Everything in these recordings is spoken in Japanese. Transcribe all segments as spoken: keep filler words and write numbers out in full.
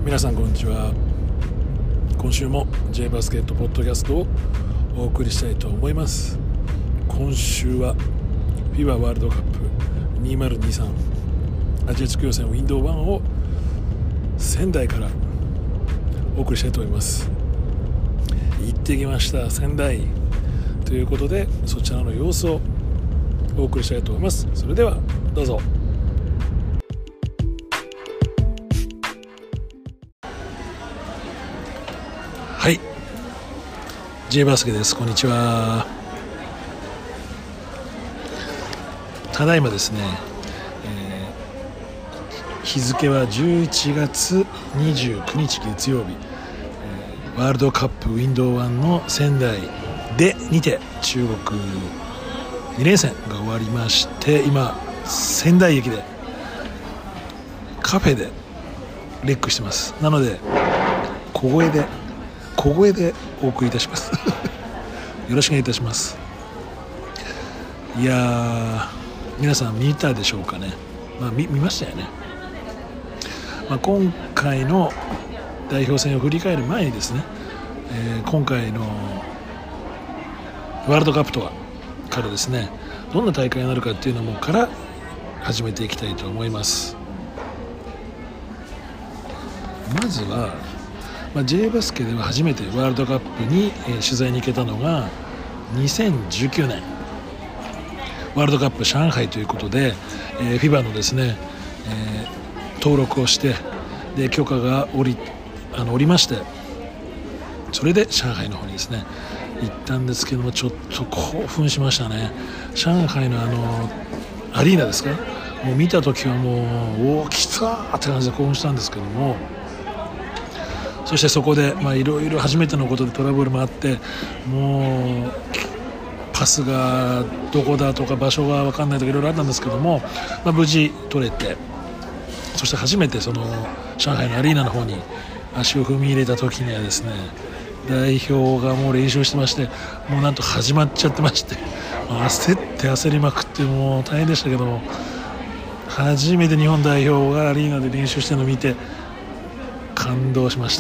皆さんこんにちは。今週も J バスケットポッドキャストをお送りしたいと思います。今週は フィバ ワールドカップにせんにじゅうさんアジア地区予選ウィンドウワンを仙台からお送りしたいと思います。行ってきました仙台ということで、そちらの様子をお送りしたいと思います。それではどうぞ。はい、 J バスケです。こんにちは。ただいまですね、えー、日付はじゅういちがつにじゅうくにち月曜日、えー、ワールドカップウィンドウワンの仙台でにて中国に連戦が終わりまして、今仙台駅でカフェでレックしてます。なので小声で小声でお送りいたしますよろしくお願いいたします。いやー、皆さん見たでしょうかね。まあ、見, 見ましたよね。まあ、今回の代表戦を振り返る前にですね、えー、今回のワールドカップとはからですね、どんな大会になるかっていうのもから始めていきたいと思います。まずはまあ、J バスケでは初めてワールドカップに、えー、取材に行けたのがにせんじゅうきゅうねんワールドカップ上海ということで、えー、フィバ のですね、えー、登録をしてで許可が下り、あの下りまして、それで上海の方にですね行ったんですけども、ちょっと興奮しましたね。上海のあのアリーナですか、もう見た時はもうおー来たーって感じで興奮したんですけども、そしてそこでいろいろ初めてのことでトラブルもあって、もうパスがどこだとか場所が分かんないとかいろいろあったんですけども、まあ、無事取れて、そして初めてその上海のアリーナの方に足を踏み入れた時にはですね、代表がもう練習してまして、もうなんと始まっちゃってまして、焦って焦りまくってもう大変でしたけども、初めて日本代表がアリーナで練習してるのを見て感動しました。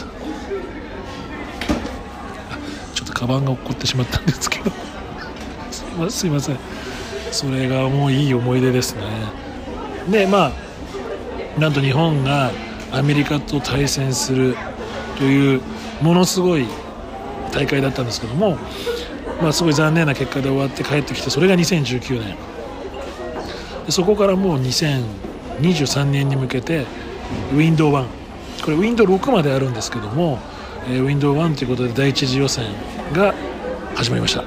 ちょっとカバンが落っこってしまったんですけどすいません。それがもういい思い出ですね。でまあなんと日本がアメリカと対戦するというものすごい大会だったんですけども、まあ、すごい残念な結果で終わって帰ってきて、それがにせんじゅうきゅうねんで、そこからもうにせんにじゅうさんねんに向けてウィンドウワン、これウィンドウろくまであるんですけども、えー、ウィンドウワンということで第一次予選が始まりました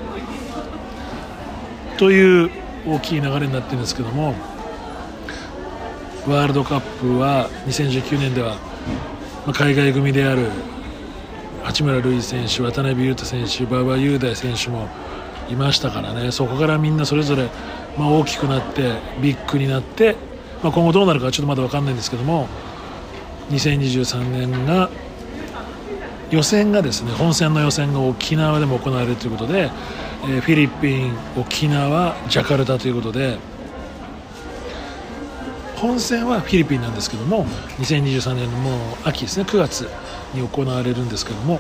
という大きい流れになってるんですけども、ワールドカップはにせんじゅうきゅうねんでは、まあ、海外組である八村塁選手、渡邊雄太選手、馬場雄大選手もいましたからね。そこからみんなそれぞれ、まあ、大きくなってビッグになって、まあ、今後どうなるかはちょっとまだ分かんないんですけども、にせんにじゅうさんねんが予選がですね、本戦の予選が沖縄でも行われるということで、えー、フィリピン、沖縄、ジャカルタということで、本戦はフィリピンなんですけども、にせんにじゅうさんねんのもう秋ですね、くがつに行われるんですけども、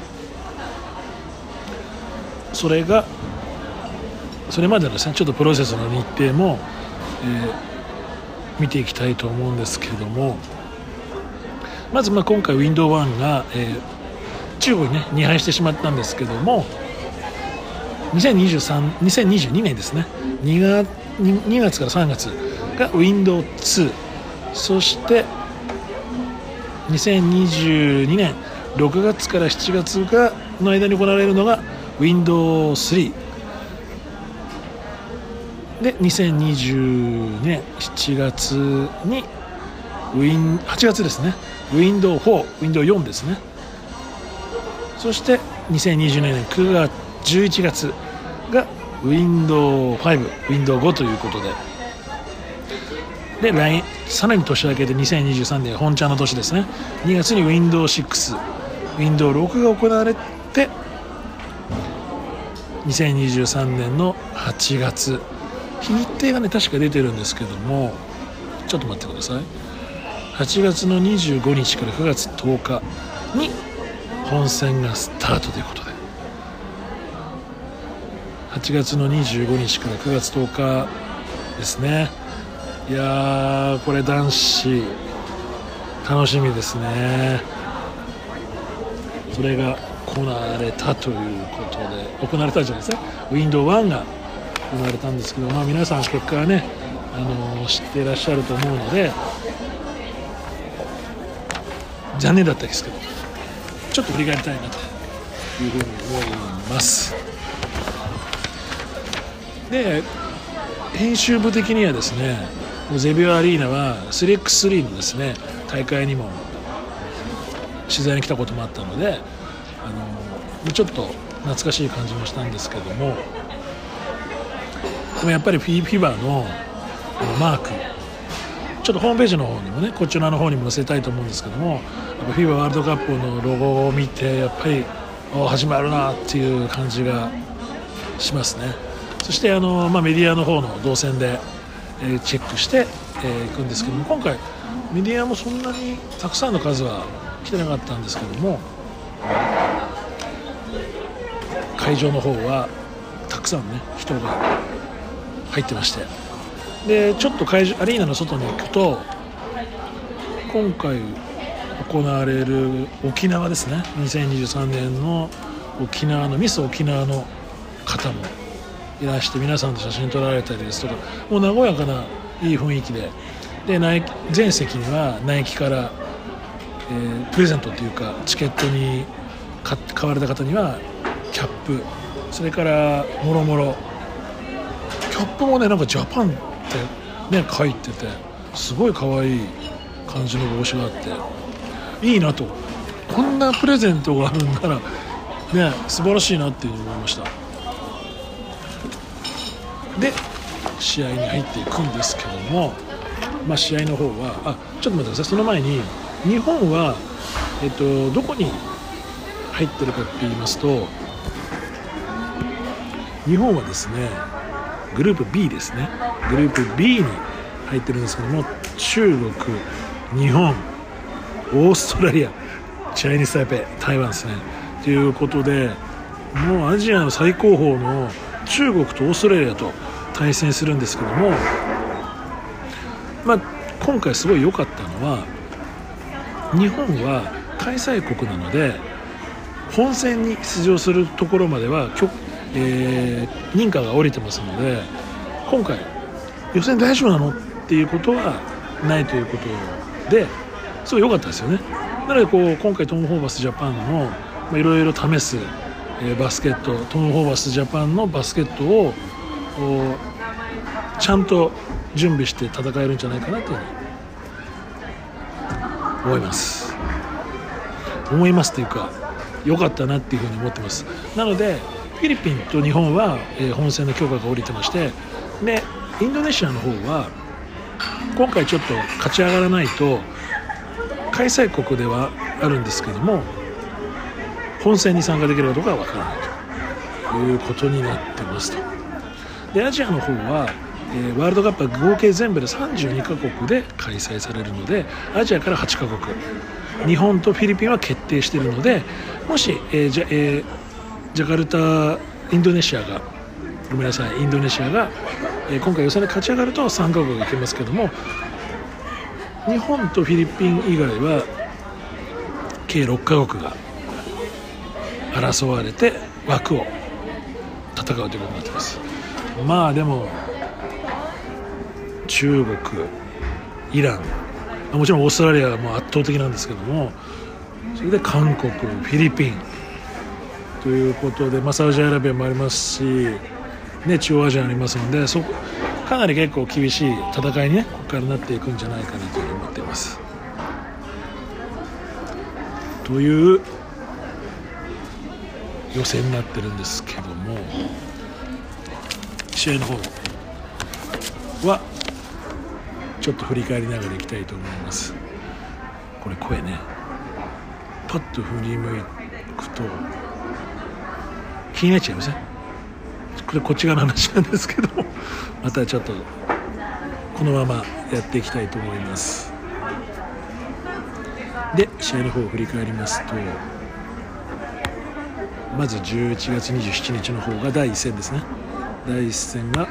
それがそれまでのですねちょっとプロセスの日程も、えー、見ていきたいと思うんですけども、まずまあ今回ウィンドウワンが、えー、中国にねに敗してしまったんですけども、にせんにじゅうさん、にせんにじゅうにねんですね、2月、にがつからさんがつがウィンドウツー、そしてにせんにじゅうにねんろくがつからしちがつがの間に行われるのがウィンドウスリーで、にせんにじゅうにねんしちがつにウィンはちがつですね、ウィンドウフォー、ウィンドウフォーですね。そしてにせんにじゅうにねんくがつじゅういちがつがウィンドウファイブ、ウィンドウフォーということで、で来さらに年明けでにせんにじゅうさんねん本茶の年ですね、にがつにウィンドウシックス、ウィンドウろくが行われて、にせんにじゅうさんねんのはちがつ、日程がね確か出てるんですけども、ちょっと待ってください。 はちがつのにじゅうごにちからくがつとおかに本戦がスタートということで、はちがつのにじゅうごにちからくがつとおかですね。いやー、これ男子楽しみですね。それが行われたということで、行われたじゃないですか、ウィンドウワンが行われたんですけど、まあ、皆さん結果はね、あのー、知っていらっしゃると思うので残念だったですけど、ちょっと振り返りたいなというふうに思います。で、編集部的にはですね、ゼビオアリーナは スリーエックススリー のですね大会にも取材に来たこともあったので、あのちょっと懐かしい感じもしたんですけども、でもやっぱりフィフィバのマーク、ちょっとホームページの方にもね、こちらの方にも載せたいと思うんですけども、やっぱフィバワールドカップのロゴを見てやっぱり始まるなっていう感じがしますね。そしてあの、まあ、メディアの方の動線で、えー、チェックして、えー、行くんですけども、今回メディアもそんなにたくさんの数は来てなかったんですけども、会場の方はたくさんね人が入ってまして、でちょっと会場アリーナの外に行くと、今回行われる沖縄ですね、にせんにじゅうさんねんの沖縄のミス沖縄の方もいらして、皆さんと写真撮られたりですとか、もう和やかないい雰囲気で、で全席にはナイキから、えー、プレゼントというかチケットに買われた方にはキャップ、それからもろもろキャップもね、なんかジャパンってね書いてて、すごい可愛い感じの帽子があっていいなと、こんなプレゼントがあるんならね素晴らしいなっていうふうに思いました。で試合に入っていくんですけども、まあ、試合の方はあちょっと待ってください。その前に日本は、えっと、どこに入ってるかって言いますと、日本はですねグループ ビー ですね、グループ ビー に入ってるんですけども、中国、日本、オーストラリア、チャイニーズタイペイ、台湾ですねということで、もうアジアの最高峰の中国とオーストラリアと対戦するんですけども、まあ、今回すごい良かったのは、日本は開催国なので本戦に出場するところまでは、えー、認可が下りてますので、今回予選大丈夫なのっていうことはないということですごい良かったですよね。なのでこう今回トム・ホーバスジャパンのいろいろ試す、えー、バスケット、トム・ホーバスジャパンのバスケットをちゃんと準備して戦えるんじゃないかなというふうに思います思いますというか、良かったなっていうふうに思ってます。なのでフィリピンと日本は、えー、本戦の許可が下りてまして、でインドネシアの方は今回ちょっと勝ち上がらないと開催国ではあるんですけども、本戦に参加できるかどうかは分からないということになってますと。でアジアの方は、えー、ワールドカップは合計全部でさんじゅうにカ国で開催されるので、アジアからはちカ国、日本とフィリピンは決定しているので、もし、えーじゃえー、ジャカルタインドネシアがごめんなさいインドネシアが、えー、今回予選で勝ち上がるとさんカ国いけますけども、日本とフィリピン以外は計ろっカ国が争われて枠を戦うということになっています。まあでも中国、イラン、もちろんオーストラリアはもう圧倒的なんですけども、それで韓国、フィリピンということで、まあ、サウジアラビアもありますし、ね、中央アジアありますので、そこかなり結構厳しい戦いに、ね、ここからなっていくんじゃないかなというふうに思っています。という予選になってるんですけども、試合の方はちょっと振り返りながらいきたいと思います。これ声ね、パッと振り向くと気になっちゃいません？これこっち側の話なんですけども、またちょっとこのままやっていきたいと思います。 で試合の方を振り返りますと、まずじゅういちがつにじゅうしちにちの方がだいいっ戦ですね。だいいっ戦が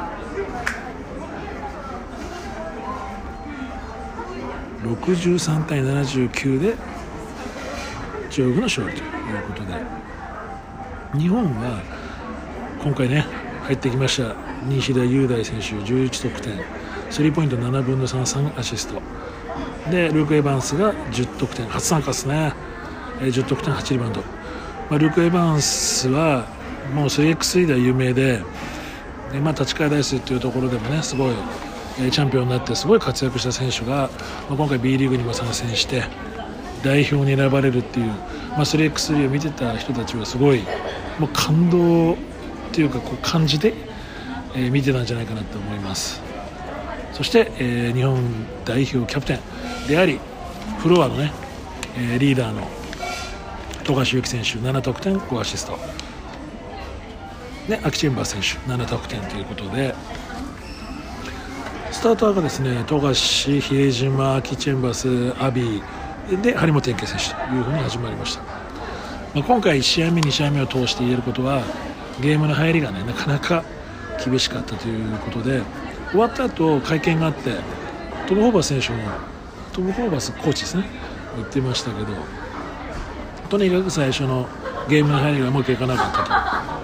ろくじゅうさんたいななじゅうきゅうで中国の勝利ということで、日本は今回ね入ってきました西田優大選手じゅういちとくてん、スリーポイントななぶんのさん、さんアシストで、ルーク・エヴァンスがじゅってんとくてん、初参加ですね、えー、じゅってんはちリバウンド、まあ、ルーク・エヴァンスはもう スリーエックススリー では有名で、で、まあ、立川大生というところでもねすごい、えー、チャンピオンになってすごい活躍した選手が、まあ、今回 B リーグにも参戦して代表に選ばれるっていう、まあ、スリーエックススリー を見てた人たちはすごいもう感動っていうかこう感じて、えー、見てたんじゃないかなと思います。そして、えー、日本代表キャプテンでありフロアのね、えー、リーダーの富樫勇樹選手ななとくてんごアシストで、アキチェンバー選手ななとくてんということで、スターターがですね富樫、比江島、アキチェンバース、アビーで張本天慶選手というふうに始まりました。まあ、今回いち試合目に試合目を通して言えることは、ゲームの入りがねなかなか厳しかったということで、終わった後会見があって、トム・ホーバス選手もトム・ホーバスコーチですね言ってましたけど、とにかく最初のゲームの入りがうまくいかなかったと、ね、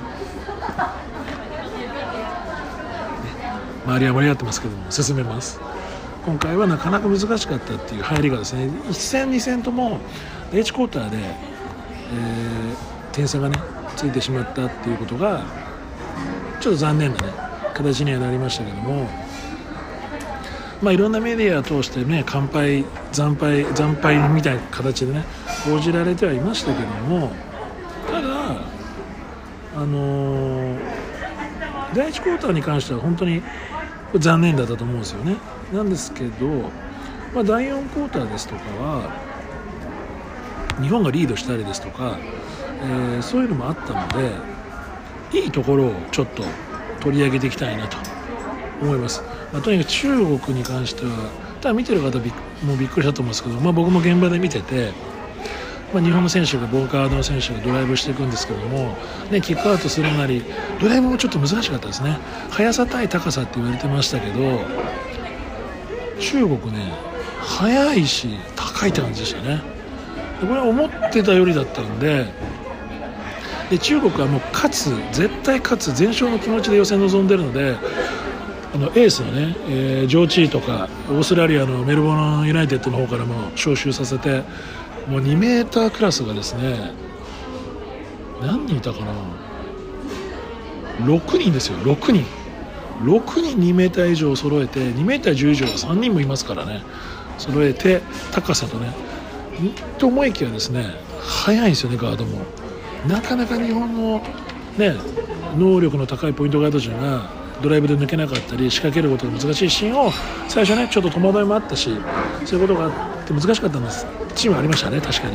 周りは盛り上がってますけども進めます。今回はなかなか難しかったっていう入りがですね、いち戦に戦ともだいいちクォーターで、えー、点差がねついてしまったっていうことがちょっと残念なね形にはなりましたけども、まあいろんなメディアを通してね完敗惨敗惨敗みたいな形でね報じられてはいましたけども、ただあのー、だいいちクォーターに関しては本当に残念だったと思うんですよね。なんですけど、まあ、だいよんクォーターですとかは日本がリードしたりですとか、えー、そういうのもあったので、いいところをちょっと取り上げていきたいなと思います。まあ、とにかく中国に関しては多分見てる方びもうびっくりしたと思うんですけど、まあ、僕も現場で見てて、まあ、日本の選手がボーカードの選手がドライブしていくんですけども、ね、キックアウトするなりドライブもちょっと難しかったですね。速さ対高さって言われてましたけど、中国ね速いし高いって感じでしたね。でこれは思ってたよりだったんで、で中国はもう勝つ絶対勝つ全勝の気持ちで予選臨んでるので、あのエースのね、えー、ジョー・チーとかオーストラリアのメルボルンユナイテッドの方からも招集させて、もうにメータークラスがですね何人いたかな、ろくにんですよ。ろくにんろくにんにメーター以上揃えて、にメーターじゅう以上はさんにんもいますからね、揃えて高さとねと思いきやですね速いんですよね。ガードもなかなか日本の、ね、能力の高いポイントガード陣がドライブで抜けなかったり仕掛けることが難しいシーンを最初ねちょっと戸惑いもあったし、そういうことがあって難しかったんですチームありましたね。確かに、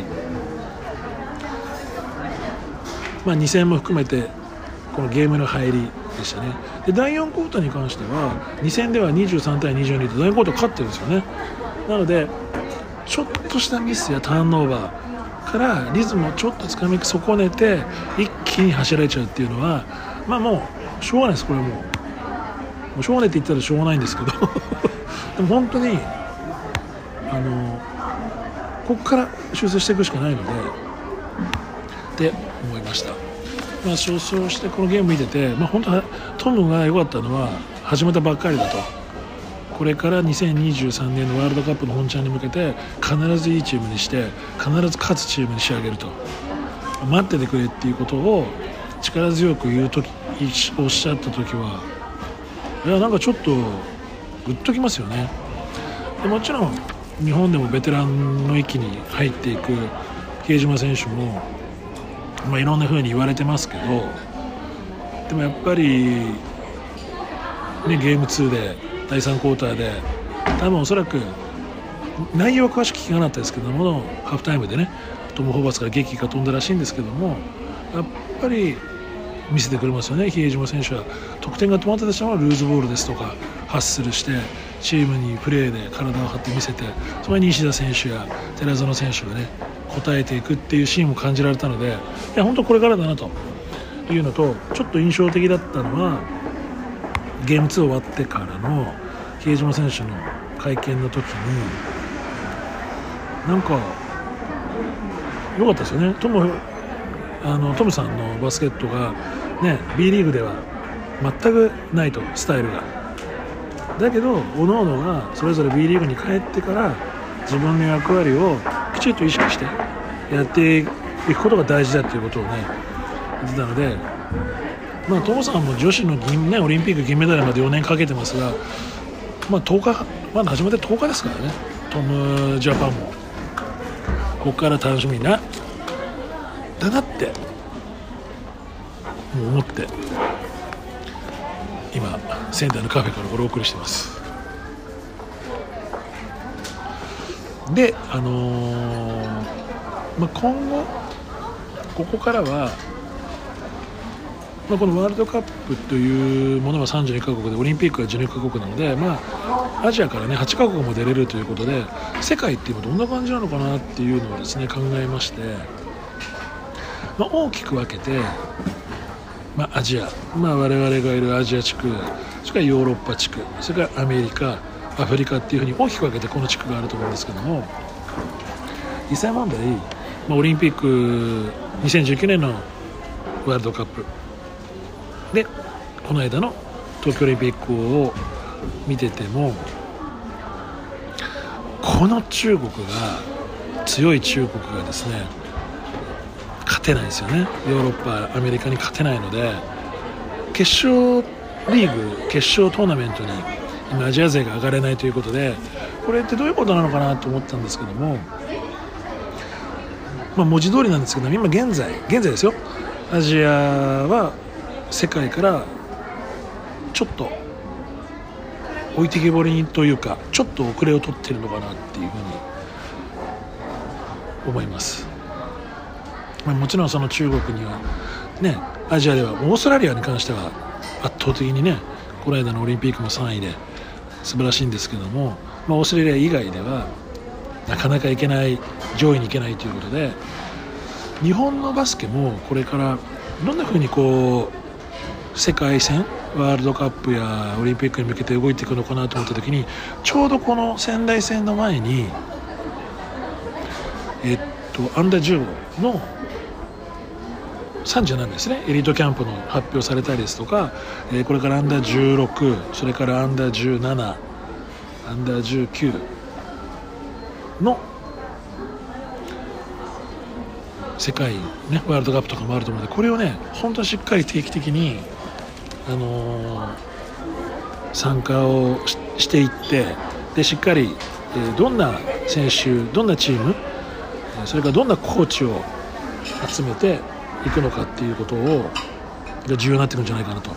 まあ、に戦も含めてこのゲームの入りでしたね。でだいよんクォーターに関してはに戦ではにじゅうさんたいにじゅうにとだいよんクォーター勝ってるんですよね。なのでちょっとしたミスやターンオーバーからリズムをちょっとつかみ損ねて一気に走られちゃうっていうのは、まあもうしょうがないです。これはもうもうしょうがないって言ったらしょうがないんですけどでも本当にあのここから修正していくしかないのでって思いました。まあ、そうしてこのゲーム見てて、まあ、本当はトムが良かったのは始めたばっかりだと、これからにせんにじゅうさんねんのワールドカップの本チャンに向けて必ずいいチームにして必ず勝つチームに仕上げると、待っててくれっていうことを力強く言うときおっしゃった時は、いやなんかちょっとグッときますよね。でもちろん日本でもベテランの域に入っていく比江島選手も、まあ、いろんな風に言われてますけど、でもやっぱり、ね、ゲームツーでだいさんクォーターで多分おそらく内容は詳しく聞かなかったですけども、ハーフタイムでねトム・ホーバスから激が飛んだらしいんですけども、やっぱり見せてくれますよね。比江島選手は得点が止まってた人はルーズボールですとかハッスルしてチームにプレーで体を張って見せて、そこに西田選手や寺園選手がね応えていくっていうシーンも感じられたので、いや本当これからだなというのと、ちょっと印象的だったのはゲームツー終わってからの比江島選手の会見の時になんか良かったですよね。トムあのトムさんのバスケットが、ね、B リーグでは全くないと、スタイルが。だけど各々がそれぞれ B リーグに帰ってから自分の役割をきちっと意識してやっていくことが大事だということをね言ってたので、まあ、トムさんも女子の銀、ね、オリンピック銀メダルまでよねんかけてますが、まあ、とおかまだ始まってとおかですからね、トムジャパンもここから楽しみなだなってもう思って、今仙台のカフェからこれをお送りしてます。で、あのーまあ、今後ここからは、まあ、このワールドカップというものはさんじゅうにかこくでオリンピックはじゅうにかこくなので、まあ、アジアからねはちかこくも出れるということで、世界って今どんな感じなのかなっていうのをですね考えまして、まあ、大きく分けて、まあ、アジア、まあ、我々がいるアジア地区、それからヨーロッパ地区、それからアメリカ、アフリカっていうふうに大きく分けてこの地区があると思うんですけども、実際問題、まあ、オリンピックにせんじゅうきゅうねんのワールドカップでこの間の東京オリンピックを見てても、この中国が強い中国がですね勝てないですよね。ヨーロッパアメリカに勝てないので、決勝リーグ決勝トーナメントに今アジア勢が上がれないということで、これってどういうことなのかなと思ったんですけども、まあ、文字通りなんですけど、今現在現在ですよ、アジアは世界からちょっと置いてけぼりというか、ちょっと遅れを取っているのかなっていうふうに思います。まあ、もちろんその中国にはね、アジアではオーストラリアに関しては圧倒的にね、この間のオリンピックもさんいで素晴らしいんですけども、まあ、オーストラリア以外ではなかなかいけない、上位に行けないということで、日本のバスケもこれからどんな風にこう世界戦ワールドカップやオリンピックに向けて動いていくのかなと思った時に、ちょうどこの仙台戦の前にえっとアンダーじゅうごのさんじゅうななですね、エリートキャンプの発表されたりですとか、えー、これからアンダーじゅうろく、それからアンダーじゅうなな、アンダーじゅうきゅうの世界、ね、ワールドカップとかもあると思うので、これをね本当にしっかり定期的に、あのー、参加を し, していって、でしっかり、えー、どんな選手、どんなチーム、それからどんなコーチを集めていくのかっていうことをが重要になってくるんじゃないかなと。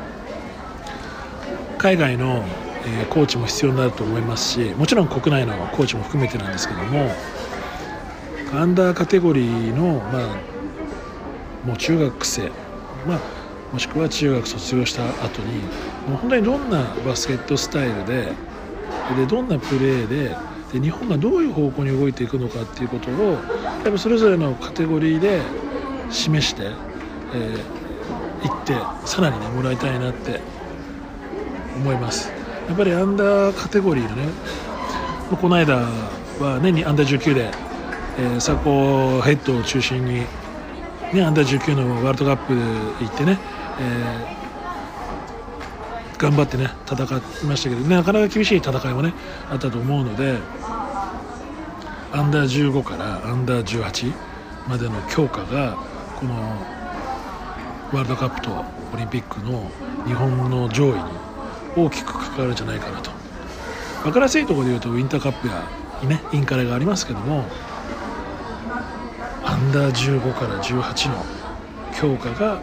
海外の、えー、コーチも必要になると思いますし、もちろん国内のコーチも含めてなんですけども、アンダーカテゴリーの、まあ、もう中学生、まあ、もしくは中学卒業した後にもう本当にどんなバスケットスタイルで、でどんなプレーで、で日本がどういう方向に動いていくのかっていうことをやっぱそれぞれのカテゴリーで示してい、えー、ってさらにねもらいたいなって思います。やっぱりアンダーカテゴリーのね、この間はねアンダーじゅうきゅうで、えー、佐古ヘッドを中心に、ね、アンダーじゅうきゅうのワールドカップで行ってね、えー、頑張ってね戦いましたけど、ね、なかなか厳しい戦いもねあったと思うので、アンダーじゅうごからアンダーじゅうはちまでの強化がこのワールドカップとオリンピックの日本の上位に大きく関わるんじゃないかなと。分かりやすいところで言うとウインターカップや、ね、インカレがありますけども、アンダーじゅうごからじゅうはちの強化が、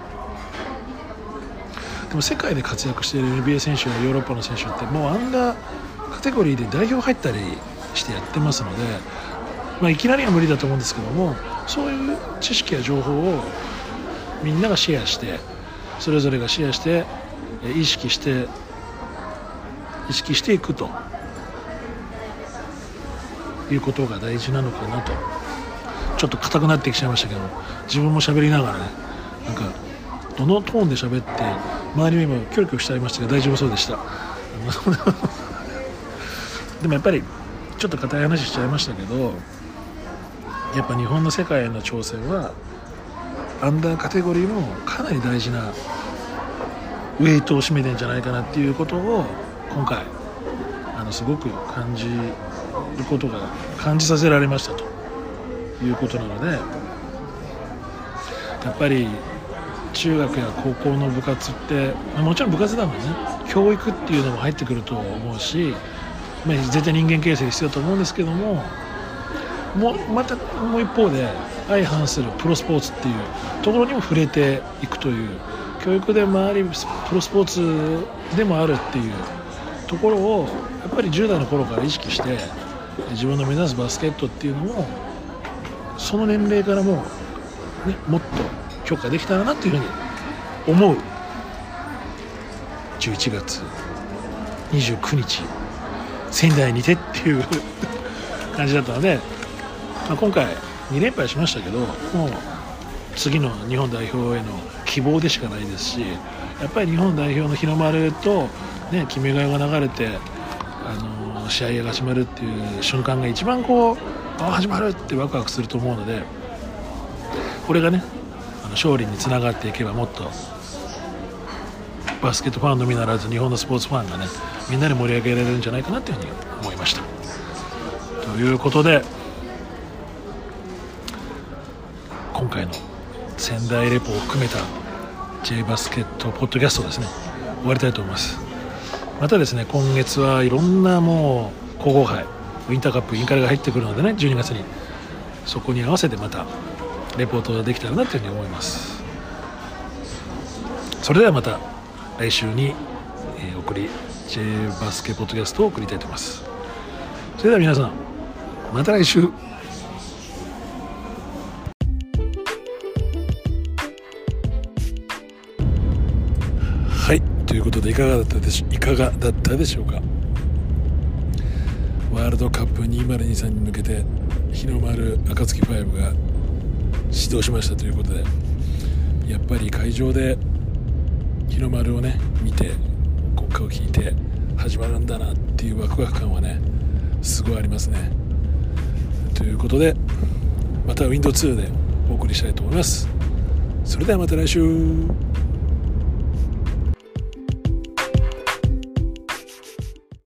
でも世界で活躍している エヌビーエー 選手やヨーロッパの選手ってもうアンダーカテゴリーで代表入ったりしてやってますので、まあ、いきなりは無理だと思うんですけども、そういう知識や情報をみんながシェアして、それぞれがシェアして意識して意識していくということが大事なのかなと。ちょっと硬くなってきちゃいましたけど、自分も喋りながらね、なんかどのトーンで喋って周りも今キョロキョロしてありましたが大丈夫そうでしたでもやっぱりちょっと硬い話しちゃいましたけど、やっぱ日本の世界への挑戦はアンダーカテゴリーもかなり大事なウェイトを占めてるんじゃないかなっていうことを今回あのすごく感じることが感じさせられましたということなので、やっぱり中学や高校の部活ってもちろん部活だもんね、教育っていうのも入ってくると思うし、まあ、絶対人間形成必要だと思うんですけども、もうまたもう一方で相反するプロスポーツっていうところにも触れていくという、教育でもありプロスポーツでもあるっていうところをやっぱりじゅう代の頃から意識して自分の目指すバスケットっていうのもその年齢からもう、ね、もっと強化できたらなっていうふうに思うじゅういちがつにじゅうくにち仙台にてっていう感じだったので、まあ、今回に連敗しましたけど、もう次の日本代表への希望でしかないですし、やっぱり日本代表の日の丸と、ね、君が代が流れて、あのー、試合が始まるっていう瞬間が一番こうあ始まるってワクワクすると思うので、これがねあの勝利につながっていけばもっとバスケットファンのみならず日本のスポーツファンがねみんなで盛り上げられるんじゃないかなというふうに思いました。ということで今回の仙台レポを含めた J バスケットポッドキャストですね終わりたいと思います。またですね今月はいろんなもう皇后杯ウィンターカップインカレが入ってくるのでね、じゅうにがつにそこに合わせてまたレポートができたらなというふうに思います。それではまた来週に、えー、送り J バスケポッドキャストを送りたいと思います。それでは皆さんまた来週。はい、ということでいかがだったでしょういかがだったでしょうか。ワールドカップにせんにじゅうさんに向けて日の丸暁ファイブが始動しましたということで、やっぱり会場で日の丸をね見て国歌を聴いて始まるんだなっていうワクワク感はねすごいありますね。ということでまた ウィンドツー でお送りしたいと思います。それではまた来週。